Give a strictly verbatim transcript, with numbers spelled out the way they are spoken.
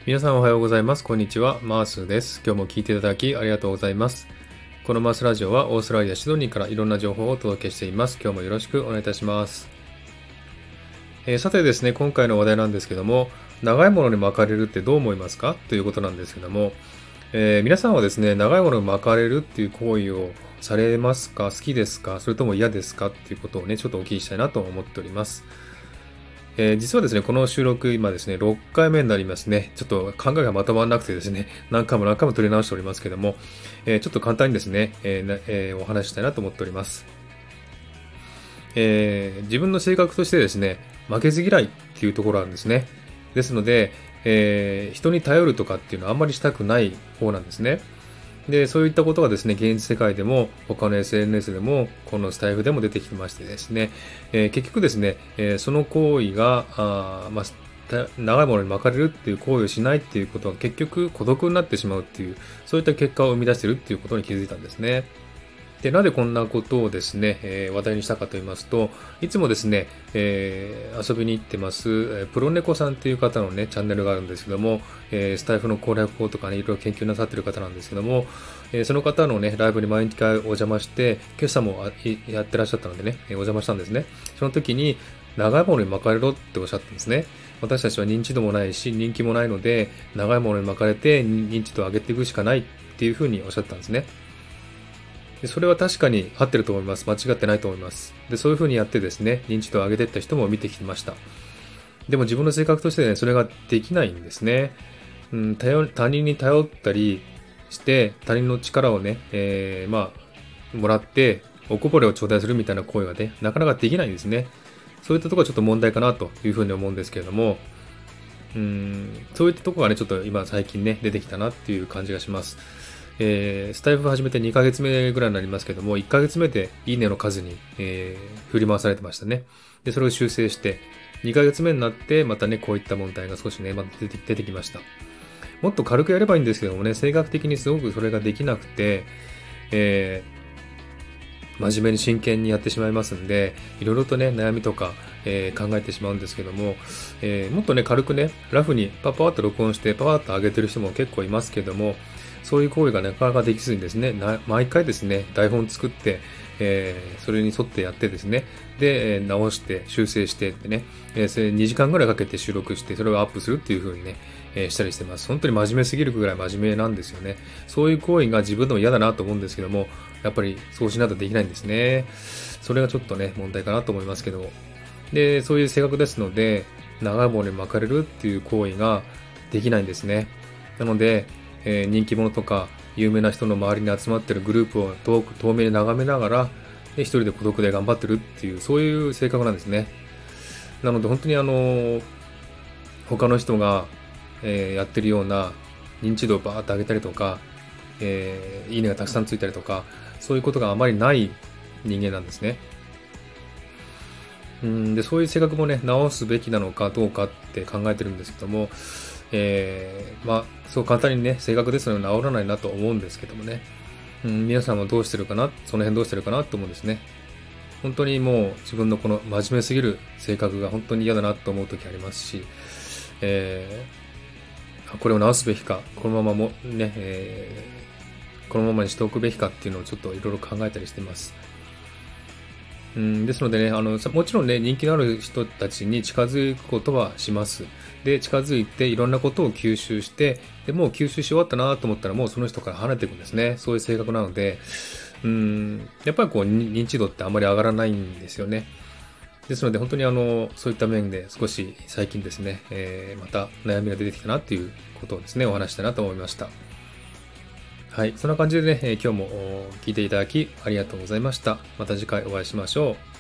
皆さんおはようございます。こんにちは。マースです。今日も聞いていただきありがとうございます。このマースラジオはオーストラリア・シドニーからいろんな情報をお届けしています。今日もよろしくお願いいたします。えー、さてですね、今回の話題なんですけども、長いものに巻かれるってどう思いますかということなんですけども、えー皆さんはですね、長いものに巻かれるっていう行為をされますか？好きですか？それとも嫌ですかっていうことをね、ちょっとお聞きしたいなと思っております。えー実はですね、この収録、今ですね、ろっかいめになりますね。ちょっと考えがまとまらなくてですね、何回も何回も取り直しておりますけども、えーちょっと簡単にですね、えーなえーお話ししたいなと思っております。えー自分の性格としてですね、負けず嫌いっていうところなんですね。ですので、えー人に頼るとかっていうのはあんまりしたくない方なんですね。で、そういったことがですね、現実世界でも、他の エスエヌエス でも、このスタイフでも出てきてましてですね、えー結局ですね、えーその行為が、あーまあ、た長いものに巻かれるっていう行為をしないっていうことは結局孤独になってしまうっていう、そういった結果を生み出しているっていうことに気づいたんですね。で、なぜこんなことをですね、えー話題にしたかと言いますと、いつもですね、えー遊びに行ってます、えープロネコさんっていう方のね、チャンネルがあるんですけども、えースタイフの攻略法とかね、いろいろ研究なさってる方なんですけども、えーその方のね、ライブに毎回お邪魔して、今朝もあいやってらっしゃったのでね、えーお邪魔したんですね。その時に、長いものに巻かれろっておっしゃったんですね。私たちは認知度もないし、人気もないので、長いものに巻かれて認知度を上げていくしかないっていうふうにおっしゃったんですね。でそれは確かに合ってると思います。間違ってないと思います。で、そういう風にやってですね、認知度を上げていった人も見てきました。でも自分の性格としてね、それができないんですね。うん、頼他人に頼ったりして、他人の力をね、えー、まあ、もらって、おこぼれを頂戴するみたいな行為がね、なかなかできないんですね。そういったところがちょっと問題かなというふうに思うんですけれども、うん、そういったところがね、ちょっと今最近ね、出てきたなっていう感じがします。えースタイフ始めてにかげつめぐらいになりますけども、いっかげつめでいいねの数に、えー振り回されてましたね。で、それを修正して、にかげつめになって、またね、こういった問題が少しね、また出て出てきました。もっと軽くやればいいんですけどもね、性格的にすごくそれができなくて、えー真面目に真剣にやってしまいますんで、いろいろとね、悩みとか、えー考えてしまうんですけども、えーもっとね、軽くね、ラフにパパーっと録音して、パパーっと上げてる人も結構いますけども、そういう行為がなかなかできずにですね、な毎回ですね、台本作って、えーそれに沿ってやってですね、で、えー直して、修正してってね、えーそれにじかんぐらいかけて収録して、それをアップするっていう風にね、えーしたりしてます。本当に真面目すぎるぐらい真面目なんですよね。そういう行為が自分でも嫌だなと思うんですけども、やっぱりそうしないとできないんですね。それがちょっとね、問題かなと思いますけど。で、そういう性格ですので、長い棒に巻かれるっていう行為ができないんですね。なので、えー人気者とか有名な人の周りに集まってるグループを遠く遠目に眺めながら、で一人で孤独で頑張ってるっていう、そういう性格なんですね。なので本当にあの、他の人が、えーやってるような認知度をバーッと上げたりとか、えーいいねがたくさんついたりとか、そういうことがあまりない人間なんですね。うんで、そういう性格もね、直すべきなのかどうかって考えてるんですけども、えーまあ、そう簡単にね、性格ですので治らないなと思うんですけどもね、うん、皆さんはどうしてるかな、その辺どうしてるかなと思うんですね。本当にもう自分のこの真面目すぎる性格が本当に嫌だなと思う時ありますし、えーこれを直すべきか、このままもね、えーこのままにしておくべきかっていうのをちょっといろいろ考えたりしてます。うん、ですのでね、あの、さもちろんね、人気のある人たちに近づくことはします。で、近づいていろんなことを吸収して、で、もう吸収し終わったなと思ったらもうその人から離れていくんですね。そういう性格なので、うん、やっぱりこう、に認知度ってあんまり上がらないんですよね。ですので、本当にあの、そういった面で少し最近ですね、えーまた悩みが出てきたなっていうことをですね、お話したいなと思いました。はい。そんな感じでね、えー今日もお聞いていただきありがとうございました。また次回お会いしましょう。